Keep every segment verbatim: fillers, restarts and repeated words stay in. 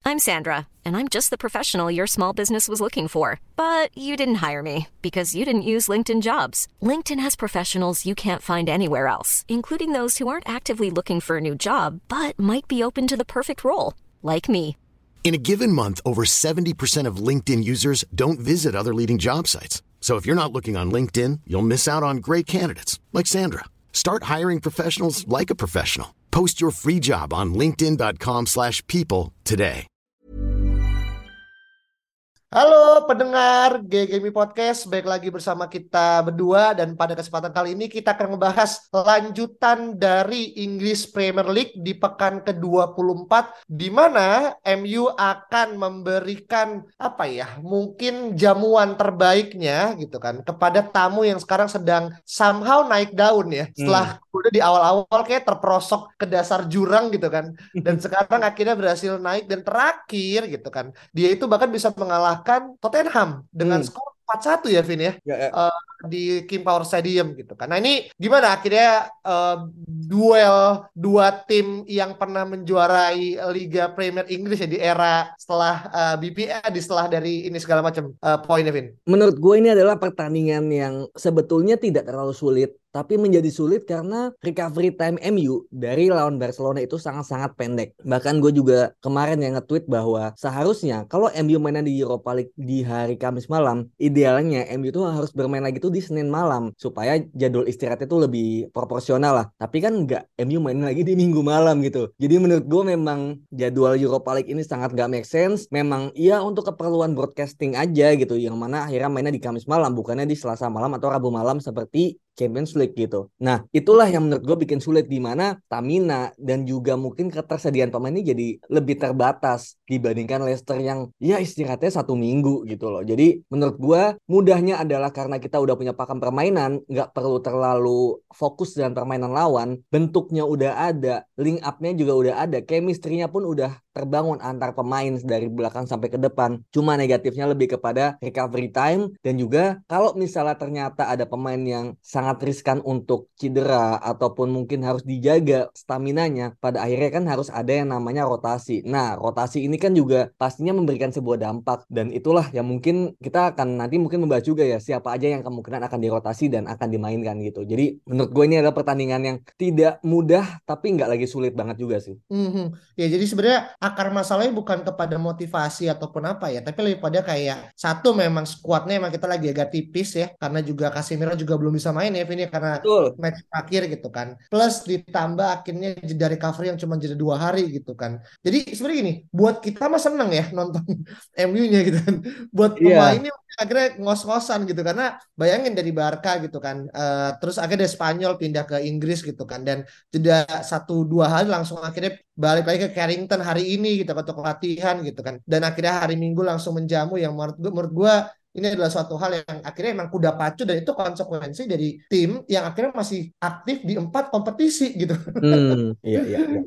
I'm Sandra, and I'm just the professional your small business was looking for. But you didn't hire me because you didn't use LinkedIn Jobs. LinkedIn has professionals you can't find anywhere else, including those who aren't actively looking for a new job, but might be open to the perfect role, like me. In a given month, over seventy percent of LinkedIn users don't visit other leading job sites. So if you're not looking on LinkedIn, you'll miss out on great candidates like Sandra. Start hiring professionals like a professional. Post your free job on linkedin.com slash people today. Halo pendengar G G M I Podcast, baik lagi bersama kita berdua dan pada kesempatan kali ini kita akan membahas lanjutan dari English Premier League di pekan ke dua puluh empat di mana M U akan memberikan apa ya, mungkin jamuan terbaiknya gitu kan kepada tamu yang sekarang sedang somehow naik daun ya. Setelah hmm. udah di awal-awal kayak terperosok ke dasar jurang gitu kan. Dan sekarang akhirnya berhasil naik dan terakhir gitu kan. Dia itu bahkan bisa mengalahkan Tottenham dengan hmm. skor empat satu ya Vin ya, ya, ya. Uh, di King Power Stadium gitu kan. Nah ini gimana akhirnya uh, duel dua tim yang pernah menjuarai Liga Premier Inggris ya di era setelah uh, B P L, di setelah dari ini segala macam uh, poinnya Vin. Menurut gue ini adalah pertandingan yang sebetulnya tidak terlalu sulit, tapi menjadi sulit karena recovery time M U dari lawan Barcelona itu sangat-sangat pendek. Bahkan gue juga kemarin yang nge-tweet bahwa seharusnya kalau M U mainan di Europa League di hari Kamis malam, idealnya M U itu harus bermain lagi tuh di Senin malam supaya jadwal istirahatnya tuh lebih proporsional lah. Tapi kan enggak, M U main lagi di Minggu malam gitu. Jadi menurut gue memang jadwal Europa League ini sangat gak make sense. Memang iya untuk keperluan broadcasting aja gitu, yang mana akhirnya mainnya di Kamis malam bukannya di Selasa malam atau Rabu malam seperti Champions League gitu. Nah, itulah yang menurut gue bikin sulit, di mana stamina dan juga mungkin ketersediaan pemain ini jadi lebih terbatas dibandingkan Leicester yang ya istirahatnya satu minggu gitu loh. Jadi menurut gue mudahnya adalah karena kita udah punya pakem permainan, nggak perlu terlalu fokus dengan permainan lawan, bentuknya udah ada, link up-nya juga udah ada, chemistry-nya pun udah terbangun antar pemain dari belakang sampai ke depan. Cuma negatifnya lebih kepada recovery time, dan juga kalau misalnya ternyata ada pemain yang sangat riskan untuk cedera ataupun mungkin harus dijaga staminanya, pada akhirnya kan harus ada yang namanya rotasi. Nah, rotasi ini kan juga pastinya memberikan sebuah dampak, dan itulah yang mungkin kita akan nanti mungkin membahas juga ya, siapa aja yang kemungkinan akan dirotasi dan akan dimainkan gitu. Jadi menurut gue ini adalah pertandingan yang tidak mudah tapi nggak lagi sulit banget juga sih. Mm-hmm. Ya jadi sebenarnya akar masalahnya bukan kepada motivasi ataupun apa ya, tapi lebih pada kayak satu, memang skuadnya emang kita lagi agak tipis ya, karena juga Casemiro juga belum bisa main ya Vini karena Betul. match terakhir gitu kan, plus ditambah akhirnya jeda recovery yang cuma jeda dua hari gitu kan. Jadi sebenarnya gini, buat kita mah seneng ya nonton M U-nya gitu kan, buat yeah. pemainnya akhirnya ngos-ngosan gitu, karena bayangin dari Barca gitu kan, uh, terus akhirnya dari Spanyol pindah ke Inggris gitu kan, dan jeda satu dua hari langsung akhirnya balik lagi ke Carrington hari ini gitu untuk latihan gitu kan, dan akhirnya hari Minggu langsung menjamu, yang menurut gue, menurut gue ini adalah suatu hal yang akhirnya emang kuda pacu, dan itu konsekuensi dari tim yang akhirnya masih aktif di empat kompetisi gitu. Hmm, iya, iya, iya.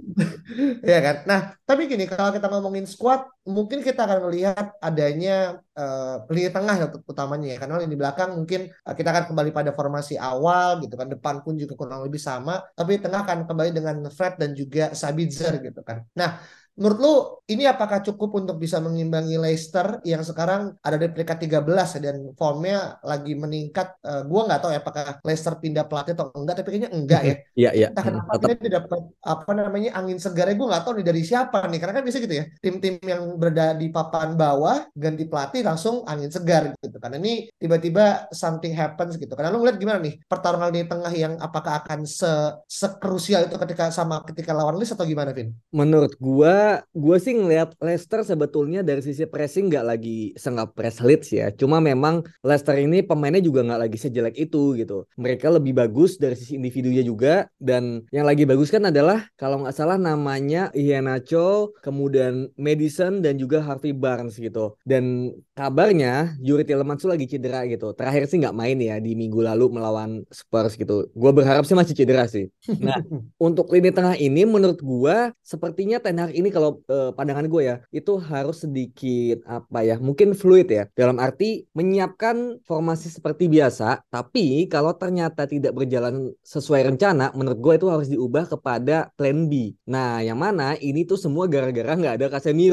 Ya kan. Nah, tapi gini, kalau kita ngomongin squad, mungkin kita akan melihat adanya uh, lini tengah ya utamanya ya. Karena lini belakang mungkin uh, kita akan kembali pada formasi awal gitu kan. Depan pun juga kurang lebih sama, tapi tengah akan kembali dengan Fred dan juga Sabitzer gitu kan. Nah, menurut lu ini apakah cukup untuk bisa mengimbangi Leicester yang sekarang ada di peringkat tiga belas ya, dan formnya lagi meningkat? Uh, gua nggak tahu ya apakah Leicester pindah pelatih atau enggak, tapi kayaknya enggak ya. Iya, iya. Entah kenapa dia tidak dapat apa namanya angin segarnya, gue nggak tahu nih dari siapa nih, karena kan biasa gitu ya, tim-tim yang berada di papan bawah ganti pelatih langsung angin segar gitu kan. Ini tiba-tiba something happens gitu. Karena lu ngeliat gimana nih pertarungan di tengah, yang apakah akan se sekrusial itu ketika sama ketika lawan Leeds atau gimana, Vin? Menurut gua Gue sih ngeliat Leicester sebetulnya dari sisi pressing nggak lagi se-nge press Leeds ya. Cuma memang Leicester ini pemainnya juga nggak lagi sejelek itu gitu. Mereka lebih bagus dari sisi individunya juga. Dan yang lagi bagus kan adalah kalau nggak salah namanya Iheanacho, kemudian Maddison dan juga Harvey Barnes gitu. Dan kabarnya Yuri Tielemans tuh lagi cedera gitu. Terakhir sih nggak main ya di minggu lalu melawan Spurs gitu. Gue berharap sih masih cedera sih. Nah, untuk lini tengah ini menurut gue sepertinya Ten Hag ini kalau eh, pandangan gue ya, itu harus sedikit apa ya, mungkin fluid ya, dalam arti menyiapkan formasi seperti biasa, tapi kalau ternyata tidak berjalan sesuai rencana, menurut gue itu harus diubah kepada plan B. Nah, yang mana ini tuh semua gara-gara nggak ada Casemiro.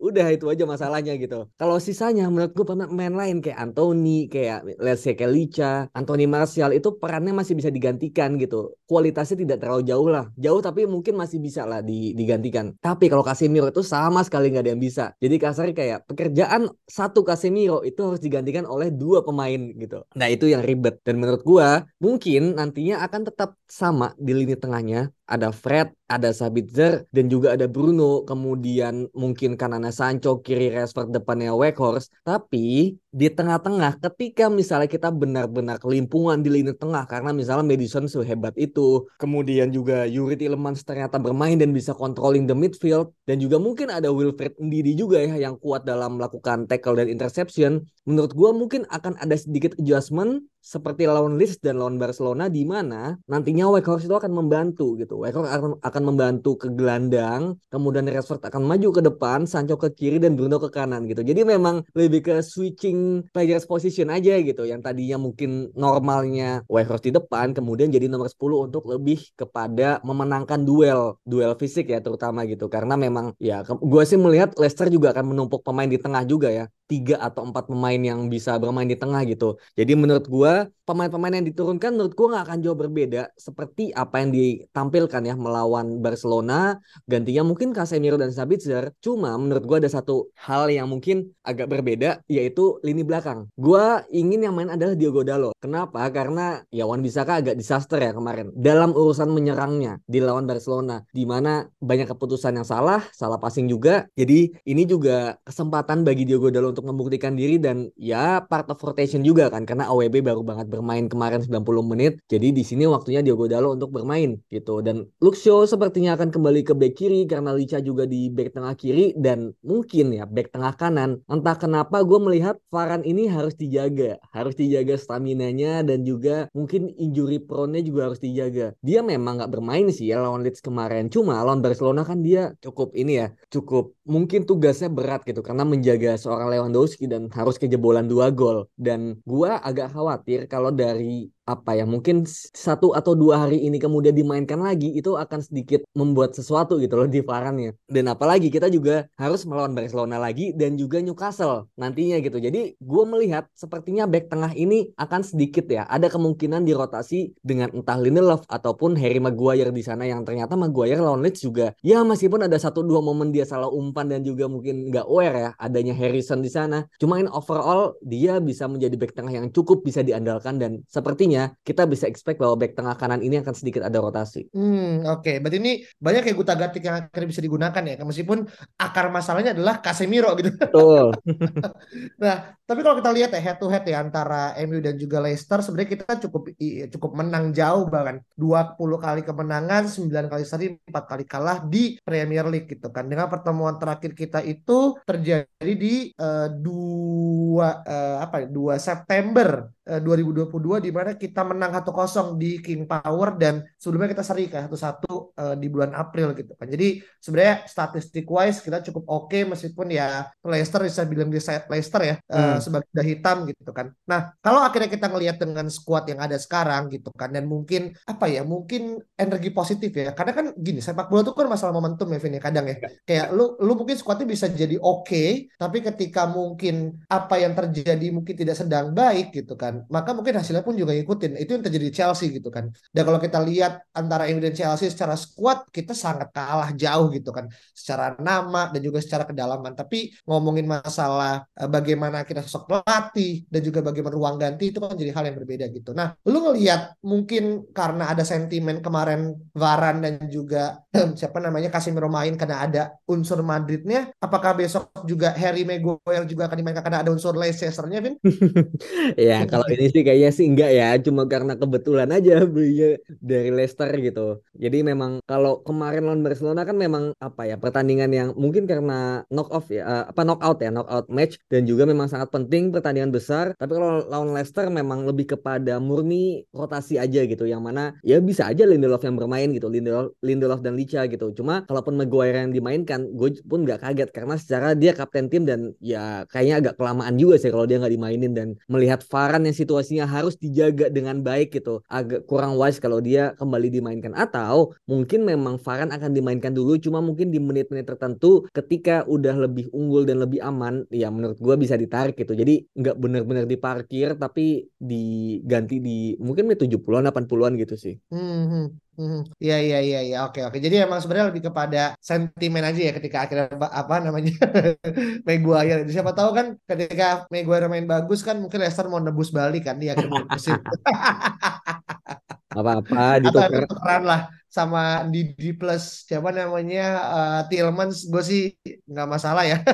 Udah itu aja masalahnya gitu. Kalau sisanya menurut gue pemain lain kayak Anthony, kayak let's say kayak Licha, Anthony Martial itu perannya masih bisa digantikan gitu. Kualitasnya tidak terlalu jauh lah. Jauh tapi mungkin masih bisa lah di, digantikan. Tapi kalau Casemiro itu sama sekali nggak ada yang bisa. Jadi kasarnya kayak pekerjaan satu Casemiro itu harus digantikan oleh dua pemain gitu. Nah itu yang ribet. Dan menurut gue mungkin nantinya akan tetap sama di lini tengahnya. Ada Fred, ada Sabitzer, dan juga ada Bruno. Kemudian mungkin kanannya Sancho, kiri Rashford, depannya Weghorst. Tapi di tengah-tengah ketika misalnya kita benar-benar kelimpungan di lini tengah karena misalnya Maddison sehebat itu. Kemudian juga Yuri Tielemans ternyata bermain dan bisa controlling the midfield. Dan juga mungkin ada Wilfried Ndidi juga ya yang kuat dalam melakukan tackle dan interception. Menurut gue mungkin akan ada sedikit adjustment seperti lawan Leeds dan lawan Barcelona di mana nantinya Weghorst itu akan membantu gitu. Weghorst akan, akan membantu ke gelandang, kemudian Rashford akan maju ke depan, Sancho ke kiri dan Bruno ke kanan gitu. Jadi memang lebih ke switching players position aja gitu. Yang tadinya mungkin normalnya Weghorst di depan, kemudian jadi nomor sepuluh untuk lebih kepada memenangkan duel, duel fisik ya terutama gitu. Karena memang ya gue sih melihat Leicester juga akan menumpuk pemain di tengah juga ya. Tiga atau empat pemain yang bisa bermain di tengah gitu. Jadi menurut gue pemain-pemain yang diturunkan menurut gue gak akan jauh berbeda seperti apa yang ditampilkan ya melawan Barcelona. Gantinya mungkin Casemiro dan Sabitzer. Cuma menurut gue ada satu hal yang mungkin agak berbeda yaitu lini belakang. Gue ingin yang main adalah Diogo Dalot. Kenapa? Karena ya Wan-Bissaka agak disaster ya kemarin dalam urusan menyerangnya di lawan Barcelona, di mana banyak keputusan yang salah, salah passing juga. Jadi ini juga kesempatan bagi Diogo Dalot untuk membuktikan diri dan ya part of rotation juga kan karena A W B baru banget bermain kemarin sembilan puluh menit. Jadi di sini waktunya Diogo Dalot untuk bermain gitu. Dan Luke Shaw sepertinya akan kembali ke back kiri karena Licha juga di back tengah kiri dan mungkin ya back tengah kanan. Entah kenapa gue melihat Varane ini harus dijaga, harus dijaga staminanya dan juga mungkin injury prone-nya juga harus dijaga. Dia memang nggak bermain sih ya lawan Leeds kemarin. Cuma lawan Barcelona kan dia cukup ini ya, cukup mungkin tugasnya berat gitu karena menjaga seorang Lewandowski dan harus kejebolan dua gol. Dan gua agak khawatir kalau dari apa ya mungkin satu atau dua hari ini kemudian dimainkan lagi itu akan sedikit membuat sesuatu gitu loh di Varane-nya. Dan apalagi kita juga harus melawan Barcelona lagi dan juga Newcastle nantinya gitu. Jadi gue melihat sepertinya back tengah ini akan sedikit ya ada kemungkinan dirotasi dengan entah Lindelof ataupun Harry Maguire di sana yang ternyata Maguire lawan Leeds juga ya meskipun ada satu dua momen dia salah umpan dan juga mungkin nggak aware ya adanya Harrison di sana. Cuma in overall dia bisa menjadi back tengah yang cukup bisa diandalkan dan sepertinya kita bisa expect bahwa back tengah kanan ini akan sedikit ada rotasi. Hmm, oke. Okay. Berarti ini banyak kayak guta-gatik yang akhirnya bisa digunakan ya. Meskipun akar masalahnya adalah Casemiro gitu. Betul. Nah, tapi kalau kita lihat ya head to head ya antara M U dan juga Leicester, sebenarnya kita cukup cukup menang jauh bahkan dua puluh kali kemenangan, sembilan kali seri, empat kali kalah di Premier League gitu kan. Dengan pertemuan terakhir kita itu terjadi di uh, dua uh, apa ya? dua September uh, dua ribu dua puluh dua di mana kita menang satu kosong di King Power dan sebelumnya kita seri kayak satu satu uh, di bulan April gitu kan. Jadi sebenarnya statistik wise kita cukup oke okay, meskipun ya Leicester bisa bilang di side Leicester ya uh, hmm. sebagai kuda hitam gitu kan. Nah, kalau akhirnya kita ngelihat dengan squad yang ada sekarang gitu kan dan mungkin apa ya, mungkin energi positif ya. Karena kan gini, sepak bola itu kan masalah momentum ya Vin ya kadang ya. Kayak lu lu mungkin squadnya bisa jadi oke, okay, tapi ketika mungkin apa yang terjadi mungkin tidak sedang baik gitu kan. Maka mungkin hasilnya pun juga ikutin. Itu yang terjadi di Chelsea gitu kan. Dan kalau kita lihat antara M U dan Chelsea secara squad kita sangat kalah jauh gitu kan. Secara nama dan juga secara kedalaman. Tapi ngomongin masalah uh, bagaimana kita sosok pelatih dan juga bagaimana ruang ganti itu kan jadi hal yang berbeda gitu. Nah, lu ngelihat mungkin karena ada sentimen kemarin Varane dan juga siapa namanya Casemiro main karena ada unsur Madridnya, apakah besok juga Harry Maguire juga akan dimainkan karena ada unsur Leicester-nya, Vin? Ya, kalau ini sih kayaknya sih enggak ya, cuma karena kebetulan aja belinya dari Leicester gitu. Jadi memang kalau kemarin lawan Barcelona kan memang apa ya, pertandingan yang mungkin karena knock off ya, uh, apa knockout ya, knockout match dan juga memang sangat penting pertandingan besar. Tapi kalau lawan Leicester memang lebih kepada murni rotasi aja gitu, yang mana ya bisa aja Lindelof yang bermain gitu, Lindelof, Lindelof dan Licha gitu. Cuma kalaupun Maguire yang dimainkan, gue pun nggak kaget karena secara dia kapten tim dan ya kayaknya agak kelamaan juga sih kalau dia nggak dimainin dan melihat Varane yang situasinya harus dijaga dengan baik gitu. Agak kurang wise kalau dia kembali dimainkan, atau mungkin memang Varane akan dimainkan dulu, cuma mungkin di menit-menit tertentu ketika udah lebih unggul dan lebih aman, ya menurut gue bisa ditarik gitu. Jadi nggak benar-benar diparkir tapi diganti di mungkin menit tujuh puluhan delapan puluhan gitu sih. Hmm, hmm, hmm. Iya, iya, iya, iya. Oke, oke. Jadi emang sebenarnya lebih kepada sentimen aja ya ketika akhirnya ba- apa namanya Maguire. Jadi siapa tahu kan ketika Maguire main bagus kan mungkin Leicester mau nebus balik kan di akhir musim. Apa-apa Atau itu ditukar. tukeran lah sama Didi plus siapa namanya uh, Tielemans. Gue sih nggak masalah ya.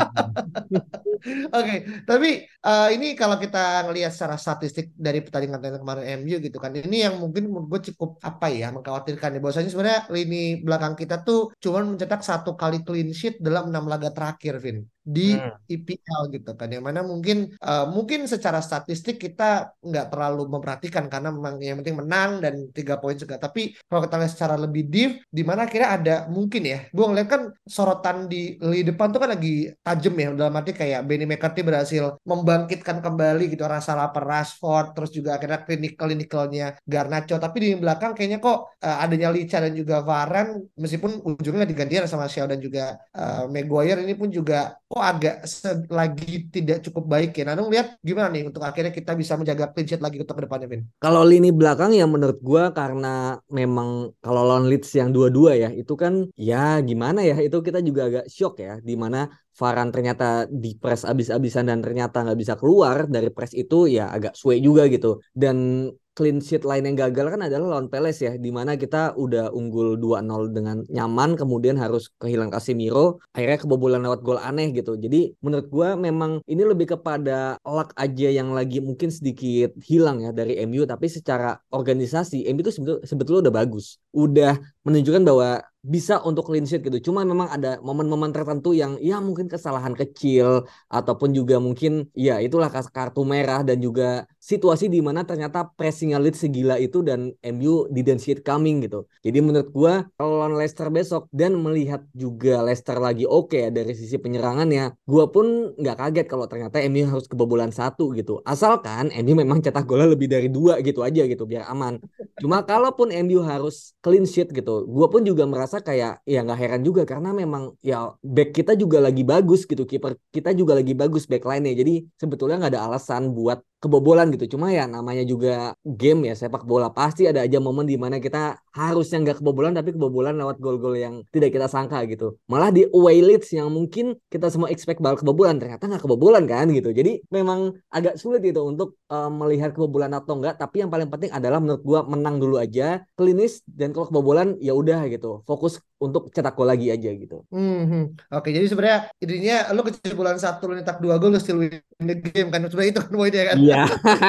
Oke, tapi eh, ini kalau kita ngelihat secara statistik dari pertandingan kemarin M U gitu kan, ini yang mungkin menurut gue cukup apa ya mengkhawatirkan ya. Bahwasanya sebenarnya lini belakang kita tuh cuman mencetak satu kali clean sheet dalam enam laga terakhir, Vin, di Hmm. I P L gitu kan. Yang mana mungkin eh, mungkin secara statistik kita nggak terlalu memperhatikan karena memang yang penting menang dan tiga poin juga. Tapi kalau kita lihat secara lebih deep, di mana akhirnya ada mungkin ya, gue ngeliat kan sorotan di lini depan tuh kan lagi tajam ya, dalam arti kayak Benny McCarthy berhasil membangkitkan kembali gitu rasa lapar Rashford, terus juga akhirnya klinikal-klinikalnya Garnacho, tapi di belakang kayaknya kok eh, adanya Licha dan juga Varane meskipun ujungnya nggak digantikan sama Shaw dan juga eh, Maguire, ini pun juga kok agak se- lagi tidak cukup baik ya. Nah, lu lihat gimana nih untuk akhirnya kita bisa menjaga clean sheet lagi untuk kedepannya, Vin? Kalau lini belakang ya menurut gua karena memang kalau lawan Leeds yang dua-dua ya itu kan ya gimana ya, itu kita juga agak shock ya, di mana Varane ternyata di press abis-abisan dan ternyata nggak bisa keluar dari press itu, ya agak suwe juga gitu. Dan clean sheet lain yang gagal kan adalah lawan Palace ya, di mana kita udah unggul dua nol dengan nyaman, kemudian harus kehilangan Casemiro, akhirnya kebobolan lewat gol aneh gitu. Jadi menurut gua memang ini lebih kepada luck aja yang lagi mungkin sedikit hilang ya dari M U, tapi secara organisasi M U itu sebetul- sebetulnya udah bagus. Udah menunjukkan bahwa bisa untuk clean sheet gitu. Cuma memang ada momen-momen tertentu yang ya mungkin kesalahan kecil ataupun juga mungkin ya itulah kas- kartu merah dan juga situasi di mana ternyata pressing Leeds segila itu dan M U didn't see it coming gitu. Jadi menurut gua kalau lawan Leicester besok dan melihat juga Leicester lagi oke ya dari sisi penyerangannya, gua pun nggak kaget kalau ternyata M U harus kebobolan satu gitu. Asalkan M U memang cetak golnya lebih dari dua gitu aja gitu biar aman. Cuma kalaupun M U harus clean sheet gitu, gue pun juga merasa kayak ya nggak heran juga karena memang ya back kita juga lagi bagus gitu, kiper kita juga lagi bagus backline-nya. Jadi sebetulnya nggak ada alasan buat kebobolan gitu. Cuma ya namanya juga game ya sepak bola, pasti ada aja momen di mana kita harusnya nggak kebobolan tapi kebobolan lewat gol-gol yang tidak kita sangka gitu. Malah di away Leeds yang mungkin kita semua expect bakal kebobolan, ternyata nggak kebobolan kan gitu. Jadi memang agak sulit itu untuk uh, melihat kebobolan atau enggak. Tapi yang paling penting adalah menurut gua menang dulu aja, klinis, dan kalau kebobolan ya udah gitu. Fokus untuk cetak gol lagi aja gitu. Hmm, hmm. Oke, jadi sebenarnya intinya lu kesimpulan satu lu nyetak dua gol lu still win the game kan, sebenarnya itu kan poinnya kan. Iya.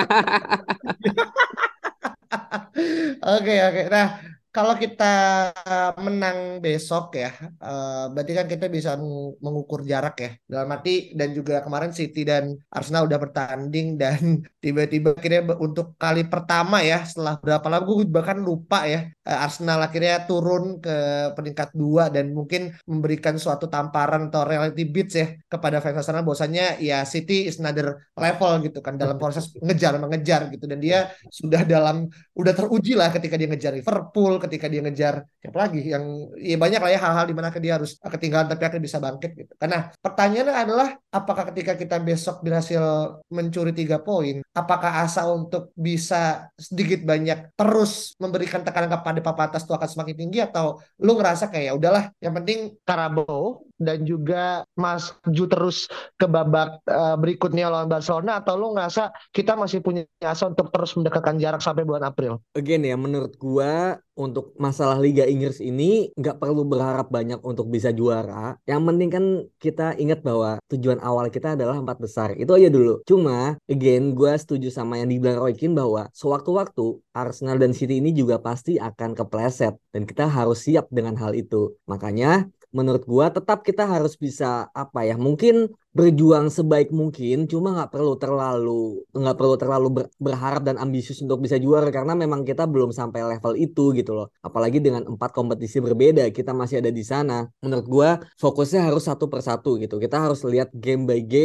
Oke, oke. Nah, kalau kita menang besok ya, eh, berarti kan kita bisa meng- mengukur jarak ya. Dalam arti dan juga kemarin City dan Arsenal udah bertanding dan tiba-tiba akhirnya be- untuk kali pertama ya setelah berapa lama gue bahkan lupa ya, eh, Arsenal akhirnya turun ke peringkat dua dan mungkin memberikan suatu tamparan atau reality beats ya kepada fans Arsenal bahwasanya ya City is another level gitu kan dalam proses mengejar mengejar gitu, dan dia sudah dalam udah teruji lah ketika dia ngejar Liverpool, ketika dia ngejar siapa lagi yang ya banyak lah ya hal-hal di mana dia harus ketinggalan tapi akhirnya bisa bangkit gitu. Karena pertanyaannya adalah apakah ketika kita besok berhasil mencuri tiga poin, apakah asa untuk bisa sedikit banyak terus memberikan tekanan kepada papan atas itu akan semakin tinggi, atau lu ngerasa kayak ya udahlah yang penting Karabo dan juga maju terus ke babak eh, berikutnya lawan Barcelona, atau lu ngerasa kita masih punya asa untuk terus mendekatkan jarak sampai bulan April? Again ya, menurut gua untuk masalah Liga Inggris ini nggak perlu berharap banyak untuk bisa juara. Yang penting kan kita ingat bahwa tujuan awal kita adalah empat besar. Itu aja dulu. Cuma, again, gua setuju sama yang dibilang Roy Keane bahwa sewaktu-waktu Arsenal dan City ini juga pasti akan kepleset. Dan kita harus siap dengan hal itu. Makanya, menurut gua tetap kita harus bisa apa ya, mungkin berjuang sebaik mungkin, cuma nggak perlu terlalu nggak perlu terlalu ber- berharap dan ambisius untuk bisa juara karena memang kita belum sampai level itu gitu loh. Apalagi dengan empat kompetisi berbeda, kita masih ada di sana. Menurut gua fokusnya harus satu persatu gitu. Kita harus lihat game by game,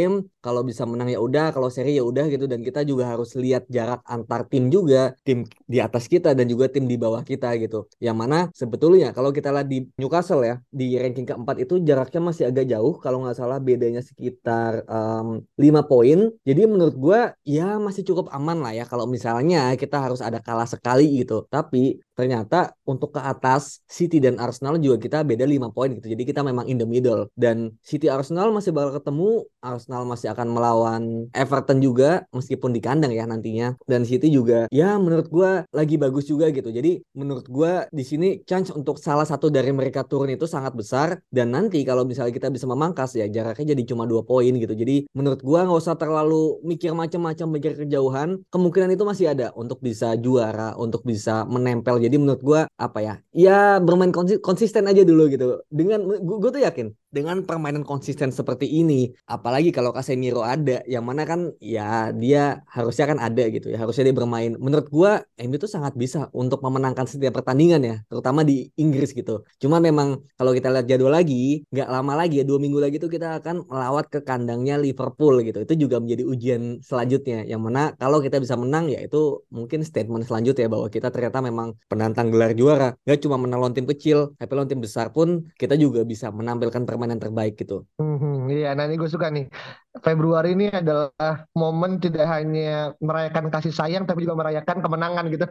kalau bisa menang ya udah, kalau seri ya udah gitu. Dan kita juga harus lihat jarak antar tim juga, tim di atas kita dan juga tim di bawah kita gitu. Yang mana sebetulnya kalau kita lihat di Newcastle ya, di ranking keempat itu jaraknya masih agak jauh, kalau nggak salah bedanya sekitar um, lima poin. Jadi menurut gue ya masih cukup aman lah ya kalau misalnya kita harus ada kalah sekali gitu. Tapi ternyata untuk ke atas City dan Arsenal juga kita beda lima poin gitu. Jadi kita memang in the middle. Dan City Arsenal masih bakal ketemu. Arsenal masih akan melawan Everton juga meskipun di kandang ya nantinya. Dan City juga ya menurut gue lagi bagus juga gitu. Jadi menurut gue di sini chance untuk salah satu dari mereka turun itu sangat besar. Dan nanti kalau misalnya kita bisa memangkas ya jaraknya jadi cuma dua poin gitu. Jadi menurut gue nggak usah terlalu mikir macam-macam, mikir kejauhan. Kemungkinan itu masih ada untuk bisa juara, untuk bisa menempel. Jadi menurut gue apa ya, ya bermain konsisten aja dulu gitu. Dengan gue tuh yakin dengan permainan konsisten seperti ini, apalagi kalau Casemiro ada, yang mana kan ya dia harusnya kan ada gitu ya, harusnya dia bermain. Menurut gue M U tuh sangat bisa untuk memenangkan setiap pertandingan ya, terutama di Inggris gitu. Cuma memang kalau kita lihat jadwal lagi, nggak lama lagi ya, dua minggu lagi tuh kita akan melawat ke kandangnya Liverpool gitu. Itu juga menjadi ujian selanjutnya, yang mana kalau kita bisa menang ya itu mungkin statement selanjutnya bahwa kita ternyata memang penantang gelar juara. Gak cuma menang lawan tim kecil, tapi lawan tim besar pun kita juga bisa menampilkan permainan terbaik gitu. Hmm, iya, nah ini gue suka nih. Februari ini adalah momen tidak hanya merayakan kasih sayang, tapi juga merayakan kemenangan gitu.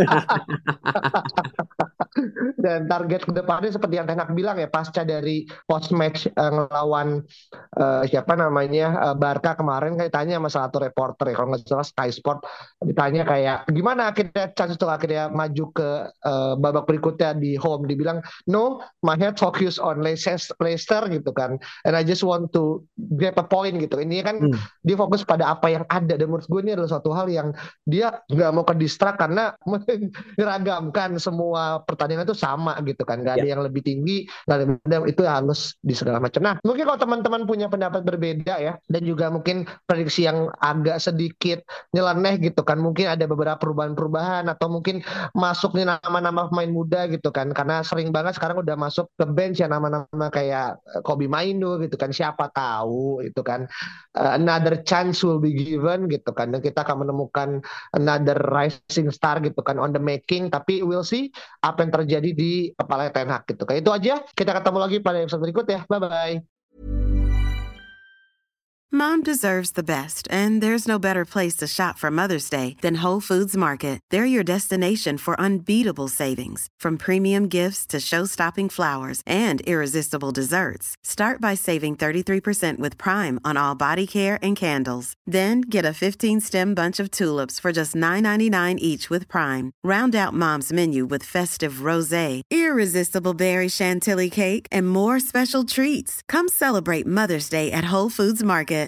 Dan target ke depannya seperti yang Ten Hag bilang ya, pasca dari post match uh, ngelawan uh, siapa namanya uh, Barca kemarin, kayak tanya sama salah satu reporter ya, kalau nggak salah Sky Sport, ditanya kayak gimana akhirnya chance untuk akhirnya maju ke uh, babak berikutnya di home. Dibilang no, my head focus on Leicester gitu kan, and I just want to grab a point gitu. Ini kan hmm. dia fokus pada apa yang ada, dan menurut gue ini adalah suatu hal yang dia nggak mau ke distract karena meragamkan semua pertandingan itu sama gitu kan, nggak yeah. ada yang lebih tinggi, nggak ada yang itu harus di segala macam. Nah mungkin kalau teman-teman punya pendapat berbeda ya, dan juga mungkin prediksi yang agak sedikit nyeleneh gitu kan, mungkin ada beberapa perubahan-perubahan atau mungkin masuk nih nama-nama pemain muda gitu kan, karena sering banget sekarang udah masuk ke bench ya nama-nama kayak Kobbie Mainoo gitu kan, siapa tahu itu kan uh, another chance will be given gitu kan, dan kita akan menemukan another rising star gitu kan on the making. Tapi we'll see apa yang terjadi di kepala Ten Hag gitu kan. Itu aja, kita ketemu lagi pada episode berikut ya, bye bye. Mom deserves the best, and there's no better place to shop for Mother's Day than Whole Foods Market. They're your destination for unbeatable savings, from premium gifts to show-stopping flowers and irresistible desserts. Start by saving thirty-three percent with Prime on all body care and candles. Then get a fifteen-stem bunch of tulips for just nine ninety-nine each with Prime. Round out Mom's menu with festive rosé, irresistible berry chantilly cake, and more special treats. Come celebrate Mother's Day at Whole Foods Market.